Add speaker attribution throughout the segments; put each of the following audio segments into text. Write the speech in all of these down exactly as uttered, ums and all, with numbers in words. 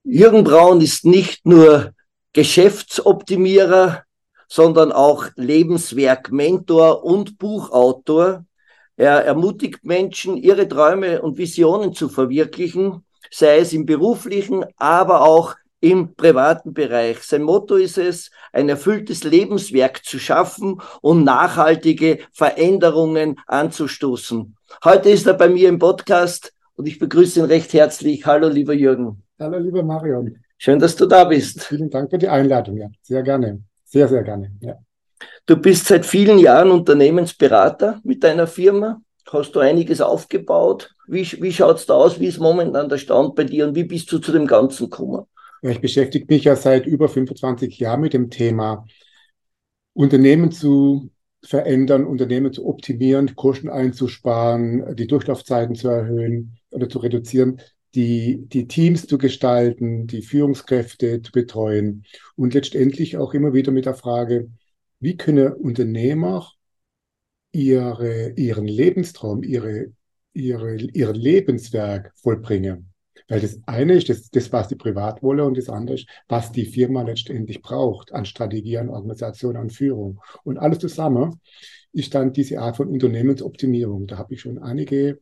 Speaker 1: Jürgen Braun ist nicht nur Geschäftsoptimierer, sondern auch Lebenswerk-Mentor und Buchautor. Er ermutigt Menschen, ihre Träume und Visionen zu verwirklichen, sei es im beruflichen, aber auch im privaten Bereich. Sein Motto ist es, ein erfülltes Lebenswerk zu schaffen und nachhaltige Veränderungen anzustoßen. Heute ist er bei mir im Podcast und ich begrüße ihn recht herzlich. Hallo, lieber Jürgen.
Speaker 2: Hallo, lieber Marion.
Speaker 1: Schön, dass du da bist.
Speaker 2: Vielen Dank für die Einladung. Ja, sehr gerne. Sehr, sehr gerne. Ja.
Speaker 1: Du bist seit vielen Jahren Unternehmensberater mit deiner Firma. Hast du einiges aufgebaut? Wie, wie schaut es da aus? Wie ist momentan der Stand bei dir und wie bist du zu dem Ganzen gekommen?
Speaker 2: Ja, ich beschäftige mich ja seit über fünfundzwanzig Jahren mit dem Thema Unternehmen zu verändern, Unternehmen zu optimieren, Kosten einzusparen, die Durchlaufzeiten zu erhöhen oder zu reduzieren, die, die Teams zu gestalten, die Führungskräfte zu betreuen und letztendlich auch immer wieder mit der Frage, wie können Unternehmer ihre, ihren Lebenstraum, ihre, ihre, ihr Lebenswerk vollbringen. Weil das eine ist das, das, was die Privatwolle und das andere ist, was die Firma letztendlich braucht an Strategie, an Organisation, an Führung. Und alles zusammen ist dann diese Art von Unternehmensoptimierung. Da habe ich schon einige,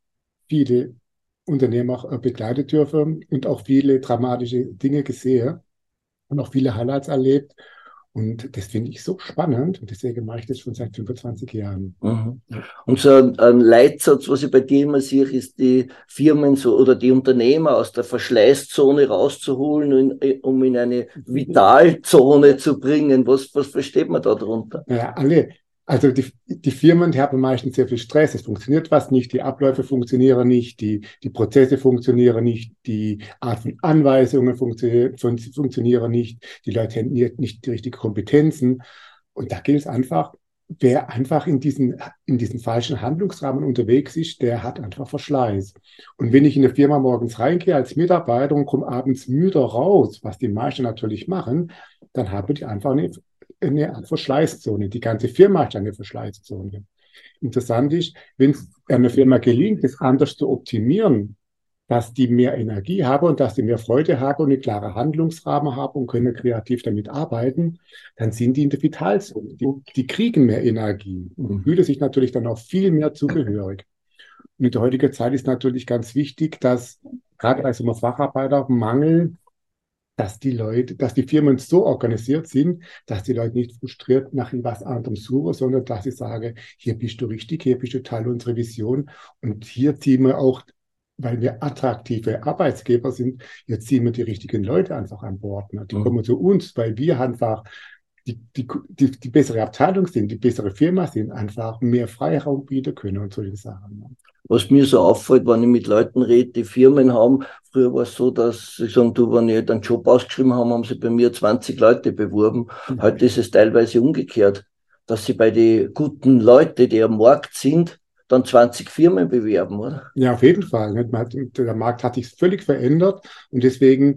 Speaker 2: viele Unternehmer äh, begleitet dürfen und auch viele dramatische Dinge gesehen und auch viele Highlights erlebt. Und das finde ich so spannend und deswegen mache ich das schon seit fünfundzwanzig Jahren.
Speaker 1: Mhm. Und so ein, ein Leitsatz, was ich bei dir immer sehe, ist die Firmen so oder die Unternehmer aus der Verschleißzone rauszuholen, um in eine Vitalzone zu bringen. Was, was versteht man da drunter?
Speaker 2: Ja, alle. Also die, die Firmen die haben meistens sehr viel Stress. Es funktioniert was nicht, die Abläufe funktionieren nicht, die, die Prozesse funktionieren nicht, die Art von Anweisungen funktio fun funktionieren nicht, die Leute haben nicht, nicht die richtigen Kompetenzen. Und da gilt es einfach, wer einfach in diesen, in diesen falschen Handlungsrahmen unterwegs ist, der hat einfach Verschleiß. Und wenn ich in eine Firma morgens reingehe als Mitarbeiter und komme abends müde raus, was die meisten natürlich machen, dann habe ich einfach eine eine Verschleißzone. Die ganze Firma ist eine Verschleißzone. Interessant ist, wenn es einer Firma gelingt, das anders zu optimieren, dass die mehr Energie haben und dass die mehr Freude haben und einen klaren Handlungsrahmen haben und können kreativ damit arbeiten, dann sind die in der Vitalzone. Die, die kriegen mehr Energie und fühlen sich natürlich dann auch viel mehr zugehörig. Und in der heutigen Zeit ist natürlich ganz wichtig, dass gerade bei so einem Facharbeitermangel dass die Leute, dass die Firmen so organisiert sind, dass die Leute nicht frustriert nach etwas anderem suchen, sondern dass sie sagen, hier bist du richtig, hier bist du Teil unserer Vision und hier ziehen wir auch, weil wir attraktive Arbeitsgeber sind, hier ziehen wir die richtigen Leute einfach an Bord. Ne? Die
Speaker 1: Mhm.
Speaker 2: kommen zu uns, weil wir einfach die, die, die, die bessere Abteilung sind, die bessere Firma sind, einfach mehr Freiraum bieten können und solche Sachen. Ne?
Speaker 1: Was mir so auffällt, wenn ich mit Leuten rede, die Firmen haben, früher war es so, dass sie sagen, du, wenn ich einen Job ausgeschrieben habe, haben sie bei mir zwanzig Leute beworben.
Speaker 2: Mhm.
Speaker 1: Heute ist es teilweise umgekehrt, dass sie bei den guten Leuten, die am Markt sind, dann zwanzig Firmen bewerben, oder?
Speaker 2: Ja, auf jeden Fall. Ne? Man hat, der Markt hat sich völlig verändert und deswegen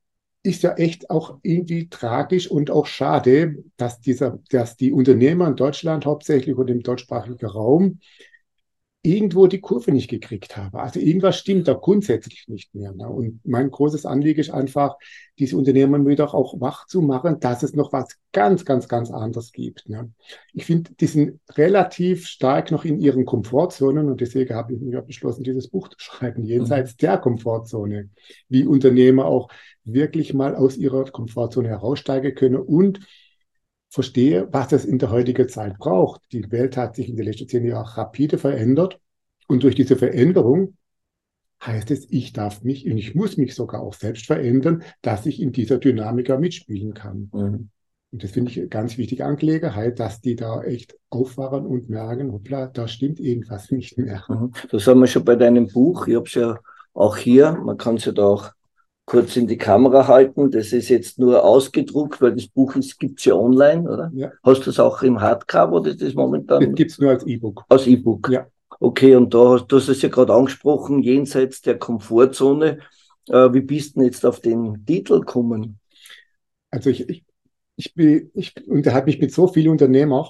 Speaker 2: ist ja echt auch irgendwie tragisch und auch schade, dass dieser, dass die Unternehmer in Deutschland hauptsächlich und im deutschsprachigen Raum irgendwo die Kurve nicht gekriegt habe. Also irgendwas stimmt da grundsätzlich nicht mehr. Ne? Und mein großes Anliegen ist einfach, diese Unternehmen wieder auch wach zu machen, dass es noch was ganz, ganz, ganz anderes gibt. Ne? Ich finde, die sind relativ stark noch in ihren Komfortzonen und deswegen habe ich mir beschlossen, dieses Buch zu schreiben, jenseits
Speaker 1: Mhm.
Speaker 2: der Komfortzone, wie Unternehmer auch wirklich mal aus ihrer Komfortzone heraussteigen können und verstehe, was es in der heutigen Zeit braucht. Die Welt hat sich in den letzten zehn Jahren rapide verändert und durch diese Veränderung heißt es, ich darf mich und ich muss mich sogar auch selbst verändern, dass ich in dieser Dynamik mitspielen kann.
Speaker 1: Mhm.
Speaker 2: Und das finde ich eine ganz wichtige Angelegenheit, dass die da echt aufwachen und merken, hoppla, da stimmt irgendwas nicht mehr.
Speaker 1: Mhm. Da sind wir schon bei deinem Buch. Ich habe es ja auch hier. Man kann es ja da auch kurz in die Kamera halten. Das ist jetzt nur ausgedruckt, weil das Buch gibt es ja online, oder?
Speaker 2: Ja,
Speaker 1: Hast du es auch im Hardcover oder ist das
Speaker 2: das
Speaker 1: momentan
Speaker 2: gibt es nur als E-Book.
Speaker 1: als E-Book?
Speaker 2: Ja,
Speaker 1: Okay, und da hast du hast es ja gerade angesprochen, jenseits der Komfortzone. Äh, wie bist du denn jetzt auf den Titel gekommen?
Speaker 2: also ich, ich, ich, bin, ich unterhalte mich mit so vielen Unternehmern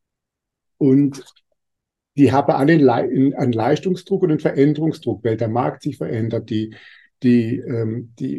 Speaker 2: und die haben alle einen Leistungsdruck und einen Veränderungsdruck, weil der Markt sich verändert, die, die, ähm, die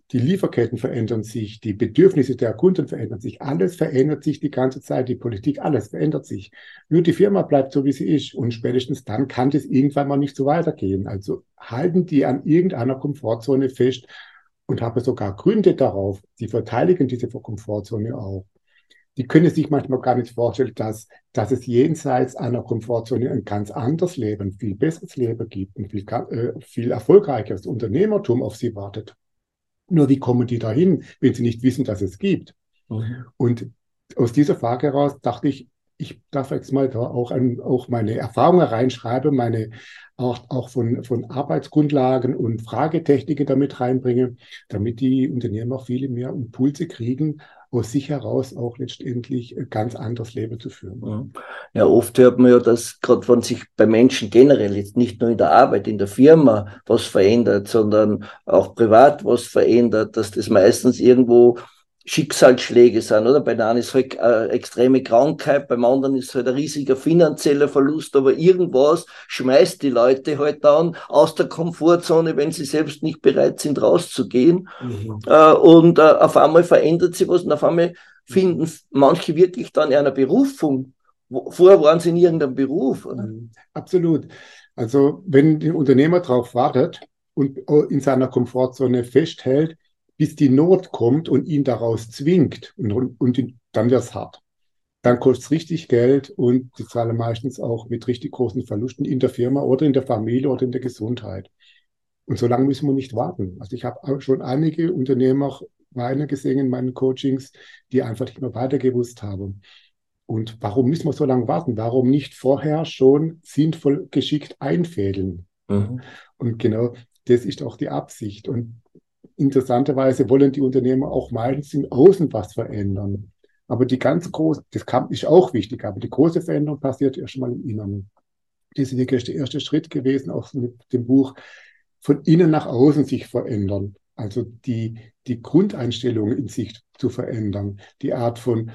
Speaker 2: die Lieferketten verändern sich, die Bedürfnisse der Kunden verändern sich, alles verändert sich die ganze Zeit, die Politik, alles verändert sich. Nur die Firma bleibt so, wie sie ist und spätestens dann kann das irgendwann mal nicht so weitergehen. Also halten die an irgendeiner Komfortzone fest und haben sogar Gründe darauf, die verteidigen diese Komfortzone auch. Die können sich manchmal gar nicht vorstellen, dass, dass es jenseits einer Komfortzone ein ganz anderes Leben, ein viel besseres Leben gibt, ein viel, äh, viel erfolgreicheres Unternehmertum auf sie wartet. Nur wie kommen die dahin, wenn sie nicht wissen, dass es gibt? Mhm. Und aus dieser Frage heraus dachte ich, ich darf jetzt mal da auch, an, auch meine Erfahrungen reinschreiben, meine auch, auch von, von Arbeitsgrundlagen und Fragetechniken damit reinbringen, damit die Unternehmer auch viele mehr Impulse kriegen, aus sich heraus auch letztendlich ein ganz anderes Leben zu führen.
Speaker 1: Ja, oft hört man ja, dass gerade wenn sich bei Menschen generell jetzt nicht nur in der Arbeit, in der Firma was verändert, sondern auch privat was verändert, dass das meistens irgendwo Schicksalsschläge sind, oder? Bei der einen ist halt eine extreme Krankheit, beim anderen ist halt ein riesiger finanzieller Verlust, aber irgendwas schmeißt die Leute halt dann aus der Komfortzone, wenn sie selbst nicht bereit sind, rauszugehen. Mhm. Äh, und äh, auf einmal verändert sich was und auf einmal finden manche wirklich dann eine Berufung. Vorher waren sie in irgendeinem Beruf. Oder?
Speaker 2: Absolut. Also wenn der Unternehmer darauf wartet und in seiner Komfortzone festhält, bis die Not kommt und ihn daraus zwingt und, und, und dann wird es hart. Dann kostet es richtig Geld und die zahlen meistens auch mit richtig großen Verlusten in der Firma oder in der Familie oder in der Gesundheit. Und so lange müssen wir nicht warten. Also ich habe schon einige Unternehmer weinen gesehen in meinen Coachings, die einfach nicht mehr weiter gewusst haben. Und warum müssen wir so lange warten? Warum nicht vorher schon sinnvoll geschickt einfädeln? Mhm. Und genau das ist auch die Absicht. Und interessanterweise wollen die Unternehmer auch meistens im Außen was verändern. Aber die ganz große, das ist auch wichtig, aber die große Veränderung passiert erst mal im Inneren. Deswegen ist der erste Schritt gewesen, auch mit dem Buch, von innen nach außen sich verändern. Also die, die Grundeinstellung in sich zu verändern, die Art von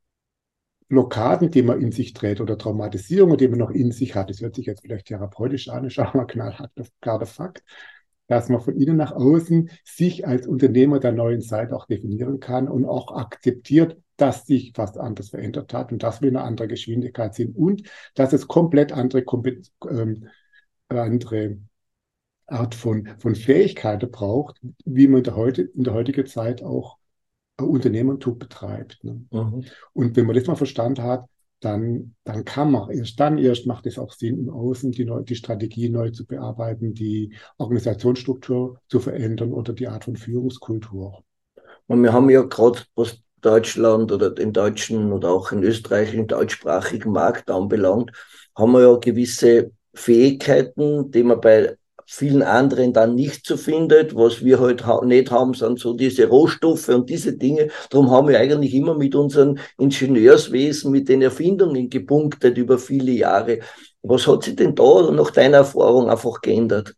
Speaker 2: Blockaden, die man in sich trägt oder Traumatisierungen, die man noch in sich hat. Das hört sich jetzt vielleicht therapeutisch an, ist aber knallhart, klar der Fakt, dass man von innen nach außen sich als Unternehmer der neuen Zeit auch definieren kann und auch akzeptiert, dass sich was anderes verändert hat und dass wir in einer anderen Geschwindigkeit sind und dass es komplett andere, ähm, andere Art von, von Fähigkeiten braucht, wie man in der, heute, in der heutigen Zeit auch Unternehmertum betreibt. Ne? Mhm. Und wenn man das mal verstanden hat, dann, dann kann man, erst dann erst macht es auch Sinn, im Außen die, neu, die Strategie neu zu bearbeiten, die Organisationsstruktur zu verändern oder die Art von Führungskultur.
Speaker 1: Und wir haben ja gerade, was Deutschland oder den deutschen oder auch in Österreich den deutschsprachigen Markt anbelangt, haben wir ja gewisse Fähigkeiten, die man bei vielen anderen dann nicht so findet. Was wir halt ha- nicht haben, sind so diese Rohstoffe und diese Dinge. Darum haben wir eigentlich immer mit unserem Ingenieurswesen, mit den Erfindungen gepunktet über viele Jahre. Was hat sich denn da nach deiner Erfahrung einfach geändert?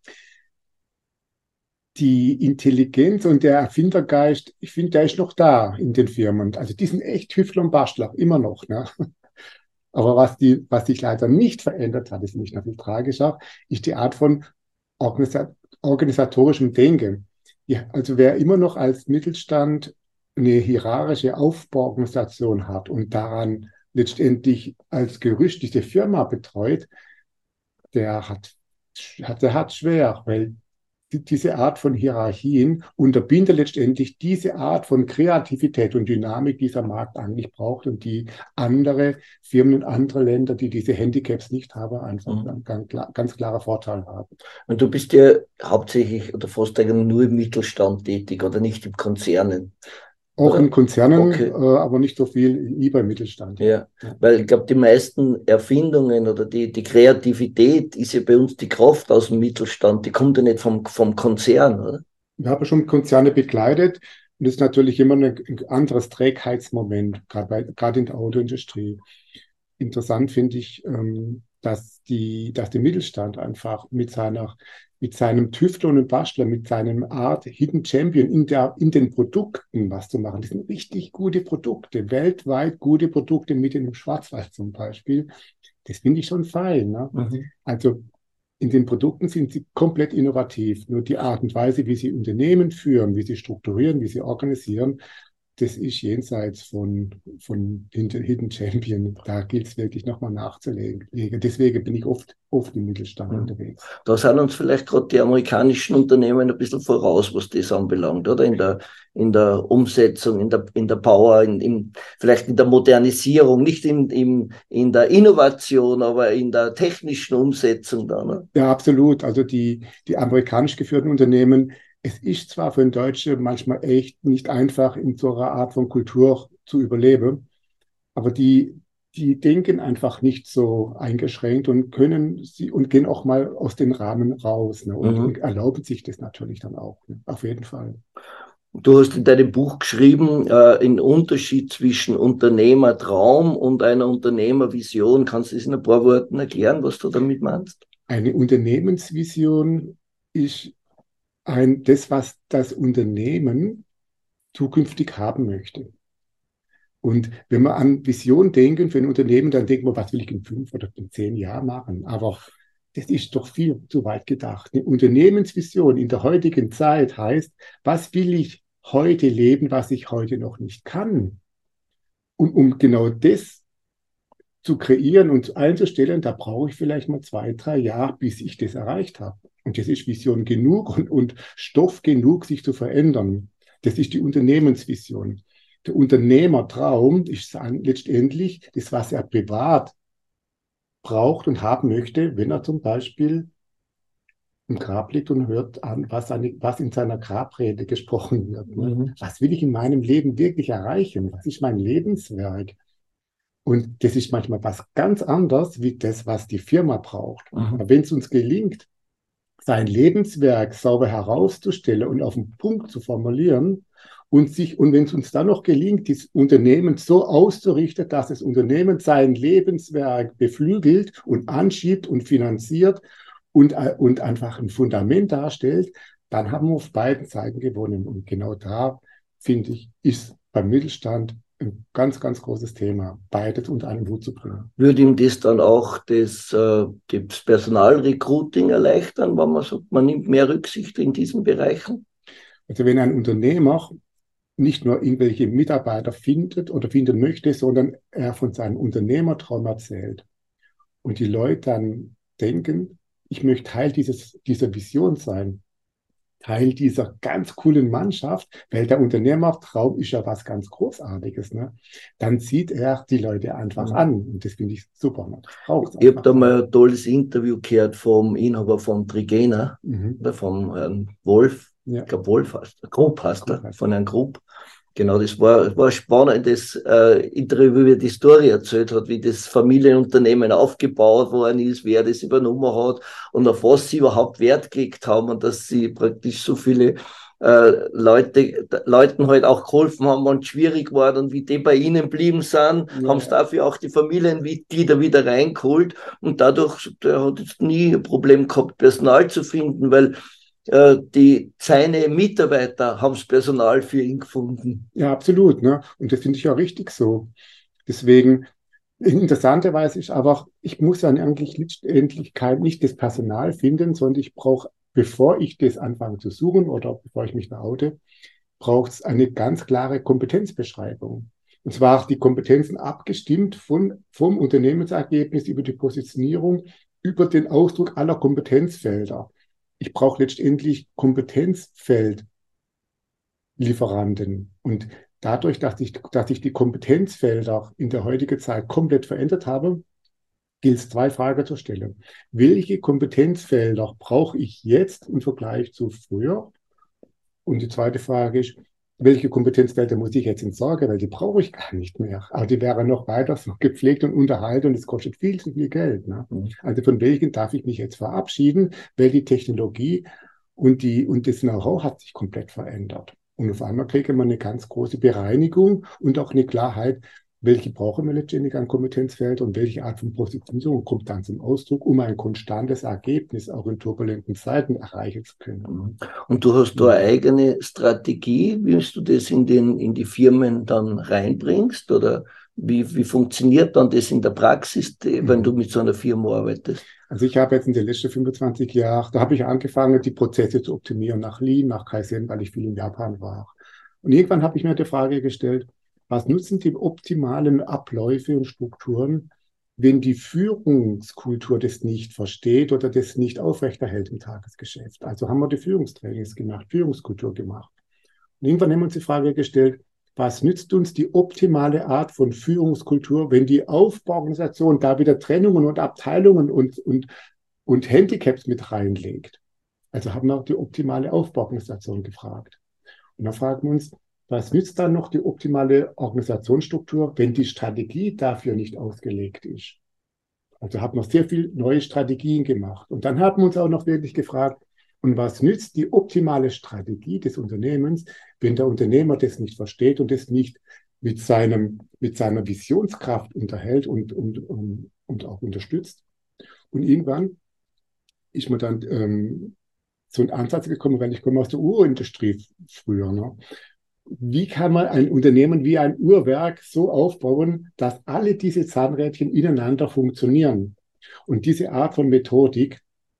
Speaker 2: Die Intelligenz und der Erfindergeist, ich finde, der ist noch da in den Firmen. Also die sind echt Tüftler und Bastler, immer noch. Ne? Aber was, die, was sich leider nicht verändert hat, ist nicht noch viel tragischer, ist die Art von Organisa- organisatorischem Denken. Ja, also wer immer noch als Mittelstand eine hierarchische Aufbauorganisation hat und daran letztendlich als Gerüst diese Firma betreut, der hat, hat, der hat schwer, weil diese Art von Hierarchien unterbindet letztendlich diese Art von Kreativität und Dynamik, die dieser Markt eigentlich braucht und die andere Firmen in anderen Ländern, die diese Handicaps nicht haben, einfach mhm. einen ganz, ganz klaren Vorteil haben.
Speaker 1: Und du bist ja hauptsächlich oder fast eigentlich nur im Mittelstand tätig oder nicht im Konzernen.
Speaker 2: Auch in Konzernen, okay. äh, aber nicht so viel, lieber im Mittelstand.
Speaker 1: Ja, ja. Weil ich glaube, die meisten Erfindungen oder die, die Kreativität ist ja bei uns die Kraft aus dem Mittelstand, die kommt ja nicht vom, vom Konzern, oder?
Speaker 2: Wir haben schon Konzerne begleitet und das ist natürlich immer ein anderes Trägheitsmoment, gerade in der Autoindustrie. Interessant finde ich, ähm, dass, die, dass der Mittelstand einfach mit seiner mit seinem Tüftler und Bastler, mit seinem Art Hidden Champion in, der, in den Produkten was zu machen. Das sind richtig gute Produkte, weltweit gute Produkte, mit dem Schwarzwald zum Beispiel. Das finde ich schon fein. Ne? Mhm. Also In den Produkten sind sie komplett innovativ. Nur die Art und Weise, wie sie Unternehmen führen, wie sie strukturieren, wie sie organisieren, das ist jenseits von, von Hidden Champion. Da gilt es wirklich nochmal nachzulegen. Deswegen bin ich oft, oft im Mittelstand mhm. unterwegs.
Speaker 1: Da sind uns vielleicht gerade die amerikanischen Unternehmen ein bisschen voraus, was das anbelangt, oder? In der, in der Umsetzung, in der, in der Power, in, in, vielleicht in der Modernisierung, nicht in, in, in der Innovation, aber in der technischen Umsetzung dann. Ne?
Speaker 2: Ja, absolut. Also die, die amerikanisch geführten Unternehmen, es ist zwar für den Deutschen manchmal echt nicht einfach, in so einer Art von Kultur zu überleben, aber die, die denken einfach nicht so eingeschränkt und können sie und gehen auch mal aus den Rahmen raus, ne, und, mhm. und erlauben sich das natürlich dann auch, ne, auf jeden Fall.
Speaker 1: Du hast in deinem Buch geschrieben, äh, einen Unterschied zwischen Unternehmertraum und einer Unternehmervision. Kannst du das in ein paar Worten erklären, was du damit meinst?
Speaker 2: Eine Unternehmensvision ist ein, das, was das Unternehmen zukünftig haben möchte. Und wenn wir an Vision denken für ein Unternehmen, dann denken wir, was will ich in fünf oder in zehn Jahren machen? Aber das ist doch viel zu weit gedacht. Eine Unternehmensvision in der heutigen Zeit heißt, was will ich heute leben, was ich heute noch nicht kann? Und um genau das zu kreieren und einzustellen, da brauche ich vielleicht mal zwei, drei Jahre, bis ich das erreicht habe. Und das ist Vision genug und, und Stoff genug, sich zu verändern. Das ist die Unternehmensvision. Der Unternehmertraum ist letztendlich das, was er privat braucht und haben möchte, wenn er zum Beispiel im Grab liegt und hört an, was, eine, was in seiner Grabrede gesprochen wird. Ne? Mhm. Was will ich in meinem Leben wirklich erreichen? Was ist mein Lebenswerk? Und das ist manchmal was ganz anderes, wie das, was die Firma braucht. Mhm. Aber wenn es uns gelingt, sein Lebenswerk sauber herauszustellen und auf den Punkt zu formulieren und sich, und wenn es uns dann noch gelingt, das Unternehmen so auszurichten, dass das Unternehmen sein Lebenswerk beflügelt und anschiebt und finanziert und, und einfach ein Fundament darstellt, dann haben wir auf beiden Seiten gewonnen. Und genau da, finde ich, ist beim Mittelstand ein ganz, ganz großes Thema, beides unter einen Hut zu bringen.
Speaker 1: Würde ihm das dann auch das, äh, das Personalrecruiting erleichtern, wenn man sagt, man nimmt mehr Rücksicht in diesen Bereichen?
Speaker 2: Also wenn ein Unternehmer nicht nur irgendwelche Mitarbeiter findet oder finden möchte, sondern er von seinem Unternehmertraum erzählt und die Leute dann denken, ich möchte Teil dieses, dieser Vision sein, Teil dieser ganz coolen Mannschaft, weil der Unternehmertraum ist ja was ganz Großartiges, ne? Dann zieht er die Leute einfach mhm. an und das finde ich super. Ne?
Speaker 1: Ich habe da mal ein tolles Interview gehört vom Inhaber von Trigena, mhm. oder vom Herrn Wolf, ja. ich glaube Wolf heißt der, Grupp heißt er, von Herrn Grupp. Genau, das war, war ein spannendes äh, Interview, wie er die Story erzählt hat, wie das Familienunternehmen aufgebaut worden ist, wer das übernommen hat und auf was sie überhaupt Wert gelegt haben und dass sie praktisch so viele äh, Leute, Leuten halt auch geholfen haben und schwierig war und wie die bei ihnen geblieben sind, ja. haben es dafür auch die Familienmitglieder wieder reingeholt und dadurch, der hat jetzt nie ein Problem gehabt, Personal zu finden, weil Die, seine Mitarbeiter haben das Personal für ihn gefunden.
Speaker 2: Ja, absolut. Ne? Und das finde ich ja richtig so. Deswegen, interessanterweise ist aber, ich muss ja eigentlich letztendlich kein, nicht das Personal finden, sondern ich brauche, bevor ich das anfange zu suchen oder bevor ich mich da oute, braucht es eine ganz klare Kompetenzbeschreibung. Und zwar die Kompetenzen abgestimmt von, vom Unternehmensergebnis über die Positionierung, über den Ausdruck aller Kompetenzfelder. Ich brauche letztendlich Kompetenzfeldlieferanten. Und dadurch, dass ich, dass ich die Kompetenzfelder in der heutigen Zeit komplett verändert habe, gilt es zwei Fragen zu stellen. Welche Kompetenzfelder brauche ich jetzt im Vergleich zu früher? Und die zweite Frage ist, welche Kompetenzfelder muss ich jetzt entsorgen, weil die brauche ich gar nicht mehr. Aber die wären noch weiter so gepflegt und unterhalten und es kostet viel zu viel Geld. Ne? Mhm. Also von welchen darf ich mich jetzt verabschieden, weil die Technologie und, die, und das Know-how hat sich komplett verändert. Und auf einmal kriegen wir eine ganz große Bereinigung und auch eine Klarheit, welche brauchen wir letztendlich an Kompetenzfeld und welche Art von Positionierung kommt dann zum Ausdruck, um ein konstantes Ergebnis auch in turbulenten Zeiten erreichen zu können.
Speaker 1: Und du hast da eine eigene Strategie, wie du das in, den, in die Firmen dann reinbringst? Oder Wie, wie funktioniert dann das in der Praxis, wenn du mit so einer Firma arbeitest?
Speaker 2: Also ich habe jetzt in den letzten fünfundzwanzig Jahren, da habe ich angefangen, die Prozesse zu optimieren nach Lean, nach Kaizen, weil ich viel in Japan war. Und irgendwann habe ich mir die Frage gestellt, was nutzen die optimalen Abläufe und Strukturen, wenn die Führungskultur das nicht versteht oder das nicht aufrechterhält im Tagesgeschäft? Also haben wir die Führungstrainings gemacht, Führungskultur gemacht. Und irgendwann haben wir uns die Frage gestellt, was nützt uns die optimale Art von Führungskultur, wenn die Aufbauorganisation da wieder Trennungen und Abteilungen und, und, und Handicaps mit reinlegt? Also haben wir die optimale Aufbauorganisation gefragt. Und dann fragen wir uns, was nützt dann noch die optimale Organisationsstruktur, wenn die Strategie dafür nicht ausgelegt ist? Also haben wir sehr viel neue Strategien gemacht. Und dann haben wir uns auch noch wirklich gefragt, und was nützt die optimale Strategie des Unternehmens, wenn der Unternehmer das nicht versteht und das nicht mit, seinem, mit seiner Visionskraft unterhält und, und, und, und auch unterstützt? Und irgendwann ist mir dann ähm, so ein Ansatz gekommen, weil ich komme aus der Uhrenindustrie früher. Ne? Wie kann man ein Unternehmen wie ein Uhrwerk so aufbauen, dass alle diese Zahnrädchen ineinander funktionieren? Und diese Art von Methodik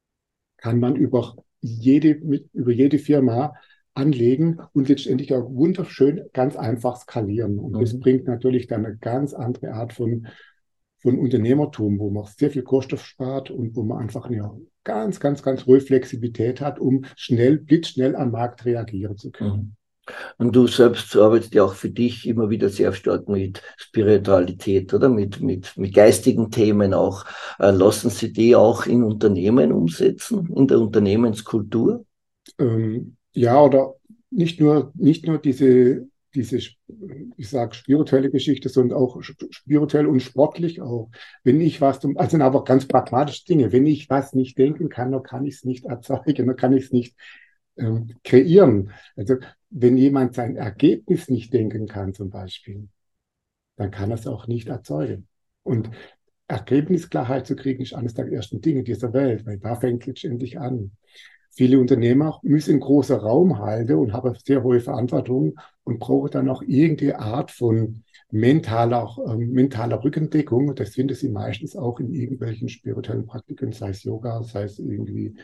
Speaker 2: kann man über jede, mit, über jede Firma anlegen und letztendlich auch wunderschön ganz einfach skalieren. Und mhm. das bringt natürlich dann eine ganz andere Art von, von Unternehmertum, wo man sehr viel Kosten spart und wo man einfach eine ganz, ganz, ganz hohe Flexibilität hat, um schnell, blitzschnell am Markt reagieren zu können.
Speaker 1: Mhm. Und du selbst arbeitest ja auch für dich immer wieder sehr stark mit Spiritualität, oder? Mit, mit, mit geistigen Themen auch. Äh, lassen Sie die auch in Unternehmen umsetzen, in der Unternehmenskultur?
Speaker 2: Ähm, ja, oder nicht nur, nicht nur diese, diese, ich sage, spirituelle Geschichte, sondern auch spirituell und sportlich auch. Wenn ich was, also sind aber ganz pragmatische Dinge. Wenn ich was nicht denken kann, dann kann ich es nicht erzeugen, dann kann ich es nicht ähm, kreieren. Also wenn jemand sein Ergebnis nicht denken kann zum Beispiel, dann kann er es auch nicht erzeugen. Und Ergebnisklarheit zu kriegen, ist eines der ersten Dinge dieser Welt, weil da fängt es letztendlich an. Viele Unternehmer müssen großer Raum halten und haben sehr hohe Verantwortung und brauchen dann auch irgendeine Art von mentaler, äh, mentaler Rückendeckung. Das finden sie meistens auch in irgendwelchen spirituellen Praktiken, sei es Yoga, sei es irgendwie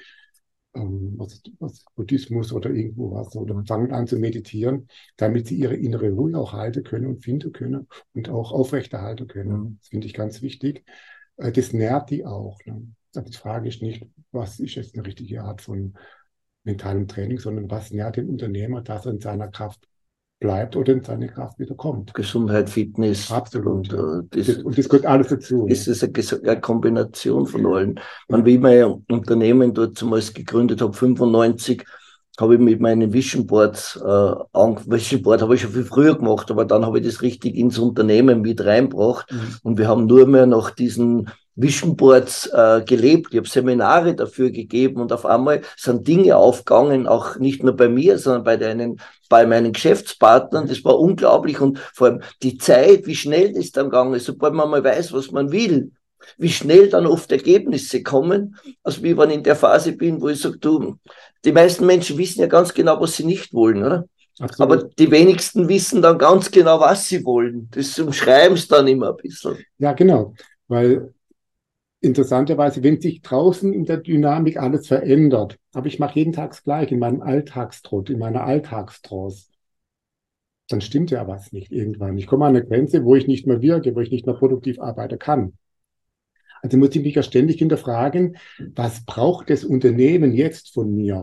Speaker 2: ähm, was, was Buddhismus oder irgendwo was, oder fangen an zu meditieren, damit sie ihre innere Ruhe auch halten können und finden können und auch aufrechterhalten können. Mhm. Das finde ich ganz wichtig. Äh, das nährt die auch. Ne? Also die Frage ist nicht, was ist jetzt eine richtige Art von mentalem Training, sondern was nährt den Unternehmer, dass er in seiner Kraft bleibt oder in seine Kraft wieder kommt.
Speaker 1: Gesundheit, Fitness.
Speaker 2: Absolut.
Speaker 1: Und,
Speaker 2: ja.
Speaker 1: äh, das,
Speaker 2: das, und das gehört alles dazu.
Speaker 1: Das ja. ist eine, eine Kombination von allen. Man, wie ich mein Unternehmen dort zumeist gegründet habe, fünfundneunzig, habe ich mit meinen Vision Boards, äh, Vision Board habe ich schon viel früher gemacht, aber dann habe ich das richtig ins Unternehmen mit reingebracht. Mhm. Und wir haben nur mehr nach diesen Vision Boards äh, gelebt. Ich habe Seminare dafür gegeben und auf einmal sind Dinge aufgegangen, auch nicht nur bei mir, sondern bei deinen, bei meinen Geschäftspartnern. Das war unglaublich und vor allem die Zeit, wie schnell das dann gegangen ist, sobald man mal weiß, was man will, wie schnell dann oft Ergebnisse kommen, als wie wenn ich in der Phase bin, wo ich sage, du, die meisten Menschen wissen ja ganz genau, was sie nicht wollen, oder? Absolut. Aber die wenigsten wissen dann ganz genau, was sie wollen. Das umschreiben sie dann immer ein bisschen.
Speaker 2: Ja, genau, weil interessanterweise, wenn sich draußen in der Dynamik alles verändert, aber ich mache jeden Tag das Gleiche in meinem Alltagstrott, in meiner Alltagstrance, dann stimmt ja was nicht irgendwann. Ich komme an eine Grenze, wo ich nicht mehr wirke, wo ich nicht mehr produktiv arbeiten kann. Also muss ich mich ja ständig hinterfragen, was braucht das Unternehmen jetzt von mir?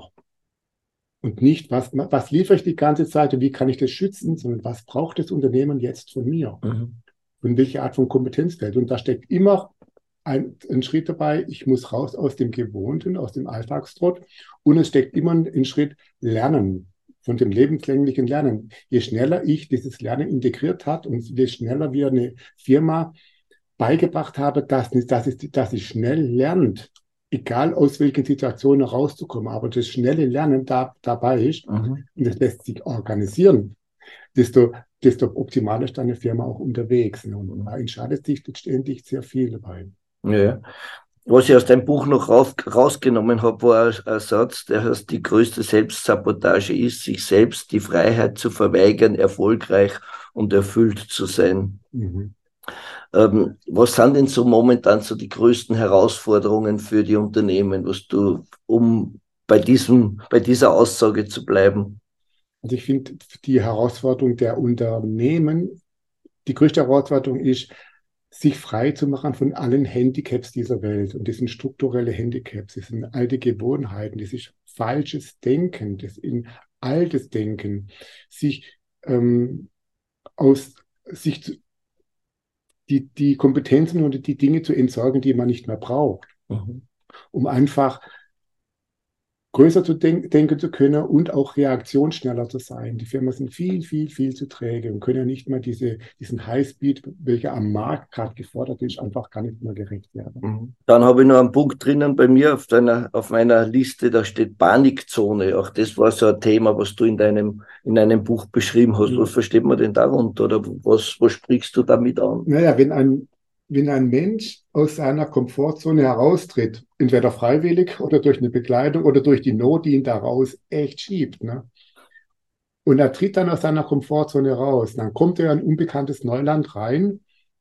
Speaker 2: Und nicht, was, was liefere ich die ganze Zeit und wie kann ich das schützen, sondern was braucht das Unternehmen jetzt von mir? Mhm. Und welche Art von Kompetenz fällt? Und da steckt immer ein, ein Schritt dabei, ich muss raus aus dem Gewohnten, aus dem Alltagstrott. Und es steckt immer ein Schritt Lernen, von dem lebenslänglichen Lernen. Je schneller ich dieses Lernen integriert habe und je schneller wir eine Firma beigebracht habe, dass, dass, es, dass sie schnell lernt, egal aus welchen Situationen rauszukommen, aber das schnelle Lernen da, dabei ist, mhm. und das lässt sich organisieren, desto, desto optimaler ist eine Firma auch unterwegs. Ne? Und da entscheidet sich letztendlich sehr viel dabei.
Speaker 1: Ja. Was ich aus deinem Buch noch raus, rausgenommen habe, war ein Satz, der heißt, die größte Selbstsabotage ist, sich selbst die Freiheit zu verweigern, erfolgreich und erfüllt zu sein. Mhm. Ähm, was sind denn so momentan so die größten Herausforderungen für die Unternehmen, was du, um bei diesem, bei dieser Aussage zu bleiben?
Speaker 2: Also ich finde, die Herausforderung der Unternehmen, die größte Herausforderung ist, sich frei zu machen von allen Handicaps dieser Welt. Und das sind strukturelle Handicaps, das sind alte Gewohnheiten, das ist falsches Denken, das ist altes Denken, sich ähm, aus sich zu, die, die Kompetenzen oder die Dinge zu entsorgen, die man nicht mehr braucht,
Speaker 1: Mhm.
Speaker 2: um einfach größer zu denk denken zu können und auch reaktionsschneller zu sein. Die Firmen sind viel, viel, viel zu träge und können ja nicht mehr diese, diesen Highspeed, welcher am Markt gerade gefordert ist, einfach gar nicht mehr gerecht werden.
Speaker 1: Mhm. Dann habe ich noch einen Punkt drinnen bei mir auf deiner, auf meiner Liste, da steht Panikzone. Auch das war so ein Thema, was du in deinem, in deinem Buch beschrieben hast.
Speaker 2: Ja.
Speaker 1: Was versteht man denn darunter? Oder was, was sprichst du damit an?
Speaker 2: Naja, wenn ein, wenn ein Mensch aus seiner Komfortzone heraustritt, entweder freiwillig oder durch eine Begleitung oder durch die Not, die ihn daraus echt schiebt, ne? Und er tritt dann aus seiner Komfortzone raus, dann kommt er in ein unbekanntes Neuland rein,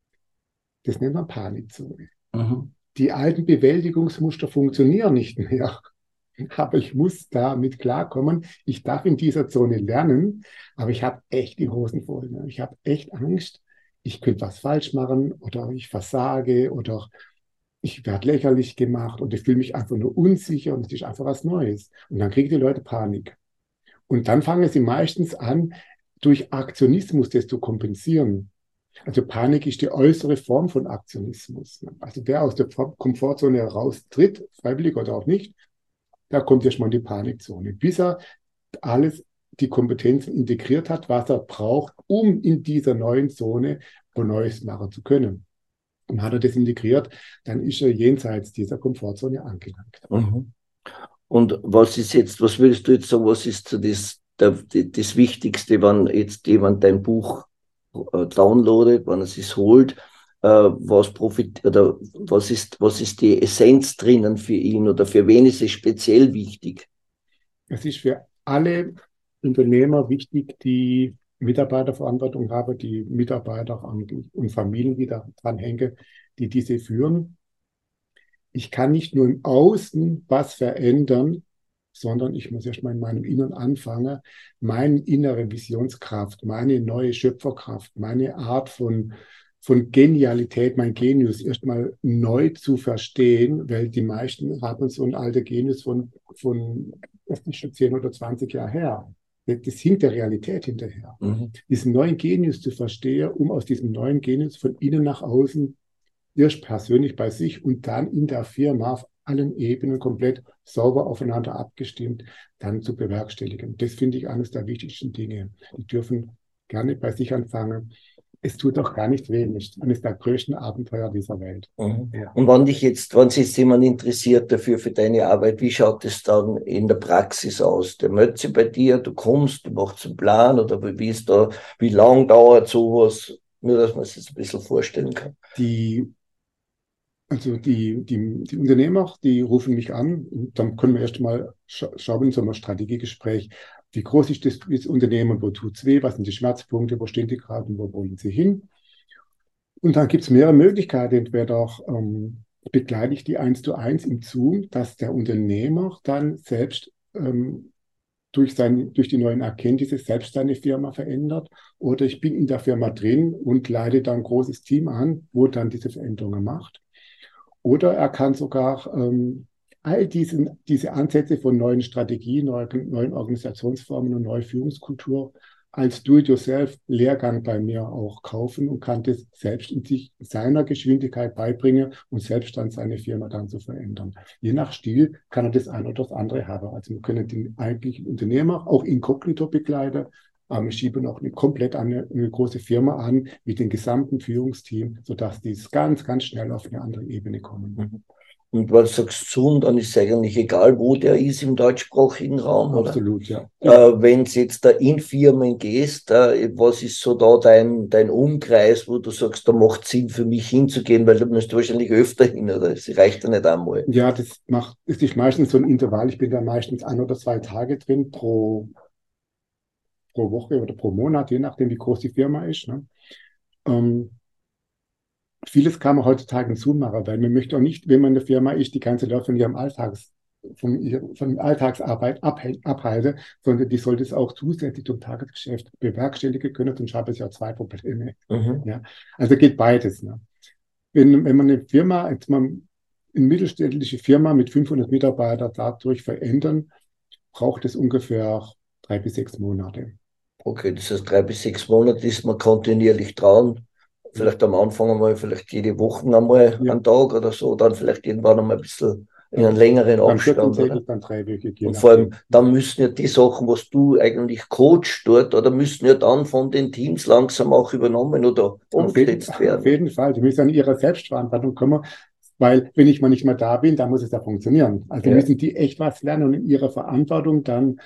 Speaker 2: das nennt man Panikzone.
Speaker 1: Mhm.
Speaker 2: Die alten Bewältigungsmuster funktionieren nicht mehr. Aber ich muss damit klarkommen. Ich darf in dieser Zone lernen, aber ich habe echt die Hosen voll. Ne? Ich habe echt Angst, ich könnte was falsch machen oder ich versage oder ich werde lächerlich gemacht und ich fühle mich einfach nur unsicher und es ist einfach was Neues. Und dann kriegen die Leute Panik. Und dann fangen sie meistens an, durch Aktionismus das zu kompensieren. Also Panik ist die äußere Form von Aktionismus. Ne? Also wer aus der Komfortzone heraustritt, freiwillig oder auch nicht, da kommt erstmal die Panikzone, bis er alles, die Kompetenzen integriert hat, was er braucht, um in dieser neuen Zone was Neues machen zu können. Und hat er das integriert, dann ist er jenseits dieser Komfortzone angelangt.
Speaker 1: Mhm. Und was ist jetzt, was würdest du jetzt sagen, was ist so das, der, das Wichtigste, wenn jetzt jemand dein Buch äh, downloadet, wenn er es holt, äh, was profit oder was ist, was ist die Essenz drinnen für ihn oder für wen ist es speziell wichtig?
Speaker 2: Es ist für alle Unternehmer wichtig, die Mitarbeiterverantwortung haben, die Mitarbeiter und Familien, die da dranhängen, die diese führen. Ich kann nicht nur im Außen was verändern, sondern ich muss erstmal in meinem Inneren anfangen, meine innere Visionskraft, meine neue Schöpferkraft, meine Art von, von Genialität, mein Genius erstmal neu zu verstehen, weil die meisten haben so ein alter Genius von, von das ist schon zehn oder zwanzig Jahre her. Das hinkt der Realität hinterher.
Speaker 1: Mhm.
Speaker 2: Diesen neuen Genius zu verstehen, um aus diesem neuen Genius von innen nach außen erst persönlich bei sich und dann in der Firma auf allen Ebenen komplett sauber aufeinander abgestimmt, dann zu bewerkstelligen. Das finde ich eines der wichtigsten Dinge. Die dürfen gerne bei sich anfangen. Es tut auch gar nicht weh, nicht eines der größten Abenteuer dieser Welt.
Speaker 1: Mhm.
Speaker 2: Ja.
Speaker 1: Und wenn dich jetzt, wenn sich jetzt jemand interessiert dafür, für deine Arbeit, wie schaut es dann in der Praxis aus? Der meldet sich bei dir, du kommst, du machst einen Plan oder wie ist da, wie lang dauert sowas? Nur, dass man sich das ein bisschen vorstellen kann.
Speaker 2: Die Also die, die, die Unternehmer, die rufen mich an und dann können wir erst mal scha schauen, so ein Strategiegespräch, wie groß ist das, das Unternehmen, wo tut es weh, was sind die Schmerzpunkte, wo stehen die gerade und wo wollen sie hin? Und dann gibt es mehrere Möglichkeiten. Entweder ähm, begleite ich die eins zu eins im Zoom, dass der Unternehmer dann selbst ähm, durch, sein, durch die neuen Erkenntnisse selbst seine Firma verändert. Oder ich bin in der Firma drin und leite dann ein großes Team an, wo dann diese Veränderungen macht. Oder er kann sogar ähm, all diesen, diese Ansätze von neuen Strategien, neuen, neuen Organisationsformen und neue Führungskultur als Do-it-yourself-Lehrgang bei mir auch kaufen und kann das selbst in sich in seiner Geschwindigkeit beibringen und selbst dann seine Firma dann zu verändern. Je nach Stil kann er das eine oder das andere haben. Also wir können den eigentlichen Unternehmer auch inkognito begleiten, aber wir schieben auch eine komplett eine, eine große Firma an mit dem gesamten Führungsteam, sodass die ganz, ganz schnell auf eine andere Ebene kommen.
Speaker 1: Mhm. Und weil du sagst Zoom, dann ist es eigentlich egal, wo der ist im deutschsprachigen Raum, oder?
Speaker 2: Absolut, ja.
Speaker 1: Äh, wenn du jetzt da in Firmen gehst, äh, was ist so da dein, dein Umkreis, wo du sagst, da macht Sinn für mich hinzugehen, weil du musst wahrscheinlich öfter hin, oder? Es reicht ja nicht einmal.
Speaker 2: Ja, das macht, ist nicht meistens so ein Intervall. Ich bin da meistens ein oder zwei Tage drin pro, pro Woche oder pro Monat, je nachdem, wie groß die Firma ist. Ne? Ähm, vieles kann man heutzutage in Zoom machen, weil man möchte auch nicht, wenn man in der Firma ist, die ganze Leute von ihrem Alltags, von, ihrer, von Alltagsarbeit abhält, abhalte, sondern die sollte es auch zusätzlich zum Tagesgeschäft bewerkstelligen können, sonst habe ich ja zwei Probleme.
Speaker 1: Mhm.
Speaker 2: Ja. Also geht beides. Ne? Wenn, wenn man eine Firma, jetzt mal eine mittelständische Firma mit fünfhundert Mitarbeitern dadurch verändern, braucht es ungefähr drei bis sechs Monate.
Speaker 1: Okay, das heißt, drei bis sechs Monate ist man kontinuierlich dran. Vielleicht am Anfang einmal, vielleicht jede Woche einmal
Speaker 2: Ja.
Speaker 1: einen Tag oder so, dann vielleicht irgendwann einmal ein bisschen in
Speaker 2: Ja.
Speaker 1: einen längeren
Speaker 2: Dann vierzehn
Speaker 1: Abstand. Oder?
Speaker 2: täglich, dann dreiwöchig. je
Speaker 1: Und vor allem,
Speaker 2: nachdem.
Speaker 1: dann müssen ja die Sachen, was du eigentlich coachst dort, oder müssen ja dann von den Teams langsam auch übernommen oder
Speaker 2: Auf jeden,
Speaker 1: umgesetzt
Speaker 2: auf
Speaker 1: werden.
Speaker 2: jeden Fall. Die müssen an ihrer Selbstverantwortung kommen, weil wenn ich mal nicht mehr da bin, dann muss es ja funktionieren. Also
Speaker 1: Ja.
Speaker 2: müssen die echt was lernen und in ihrer Verantwortung dann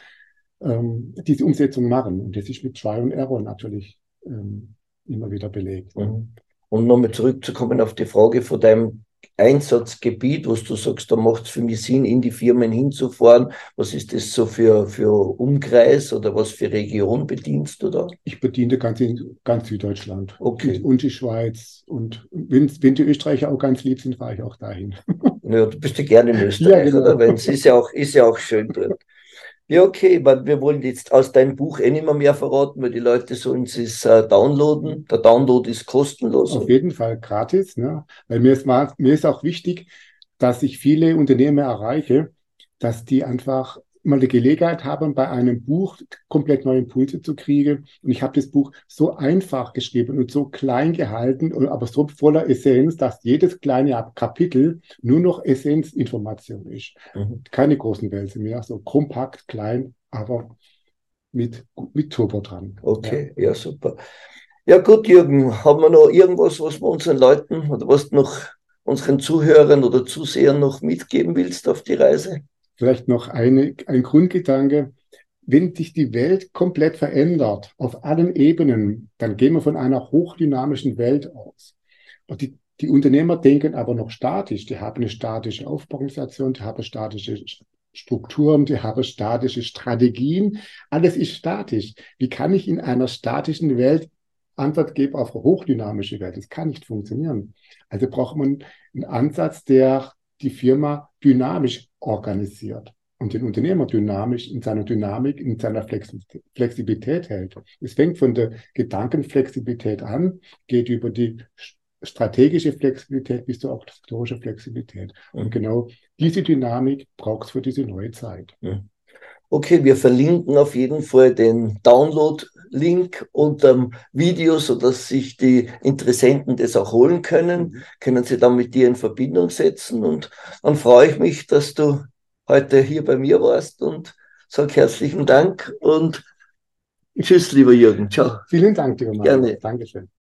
Speaker 2: ähm, diese Umsetzung machen. Und das ist mit Try und Error natürlich ähm, immer wieder belegt.
Speaker 1: Mhm. Und nochmal zurückzukommen auf die Frage von deinem Einsatzgebiet, was du sagst, da macht es für mich Sinn, in die Firmen hinzufahren. Was ist das so für, für Umkreis oder was für Region bedienst du da?
Speaker 2: Ich bediene ganz, in, ganz Süddeutschland
Speaker 1: Okay.
Speaker 2: und, und die Schweiz. Und wenn, wenn die Österreicher auch ganz lieb sind, fahre ich auch dahin.
Speaker 1: Ja, du bist ja gerne in Österreich,
Speaker 2: Ja, genau.
Speaker 1: oder? Weil es ist ja auch, ist ja auch schön dort. Ja, okay, weil wir wollen jetzt aus deinem Buch eh nicht mehr, mehr verraten, weil die Leute sollen es äh, downloaden. Der Download ist kostenlos.
Speaker 2: Auf jeden Fall gratis, ne? Weil mir ist, mal, mir ist auch wichtig, dass ich viele Unternehmer erreiche, dass die einfach mal die Gelegenheit haben, bei einem Buch komplett neue Impulse zu kriegen. Und ich habe das Buch so einfach geschrieben und so klein gehalten, und aber so voller Essenz, dass jedes kleine Kapitel nur noch Essenzinformation ist.
Speaker 1: Mhm.
Speaker 2: Keine großen Wälze mehr, so kompakt, klein, aber mit, mit Turbo dran.
Speaker 1: Okay, ja. Ja, super. Ja gut, Jürgen, haben wir noch irgendwas, was wir unseren Leuten oder was du noch unseren Zuhörern oder Zusehern noch mitgeben willst auf die Reise?
Speaker 2: Vielleicht noch eine, ein Grundgedanke. Wenn sich die Welt komplett verändert, auf allen Ebenen, dann gehen wir von einer hochdynamischen Welt aus. Und die, die Unternehmer denken aber noch statisch. Die haben eine statische Aufbauorganisation, die haben statische Strukturen, die haben statische Strategien. Alles ist statisch. Wie kann ich in einer statischen Welt Antwort geben auf eine hochdynamische Welt? Das kann nicht funktionieren. Also braucht man einen Ansatz, der die Firma dynamisch organisiert und den Unternehmer dynamisch in seiner Dynamik, in seiner Flexibilität hält. Es fängt von der Gedankenflexibilität an, geht über die strategische Flexibilität bis zur organisatorische Flexibilität. Und genau diese Dynamik braucht es für diese neue Zeit.
Speaker 1: Okay, wir verlinken auf jeden Fall den Download-Link unter dem Video, sodass sich die Interessenten das auch holen können. Können Sie dann mit dir in Verbindung setzen. Und dann freue ich mich, dass du heute hier bei mir warst und sage herzlichen Dank und tschüss, lieber Jürgen. Ciao.
Speaker 2: Vielen Dank, lieber Mario.
Speaker 1: Gerne.
Speaker 2: Dankeschön.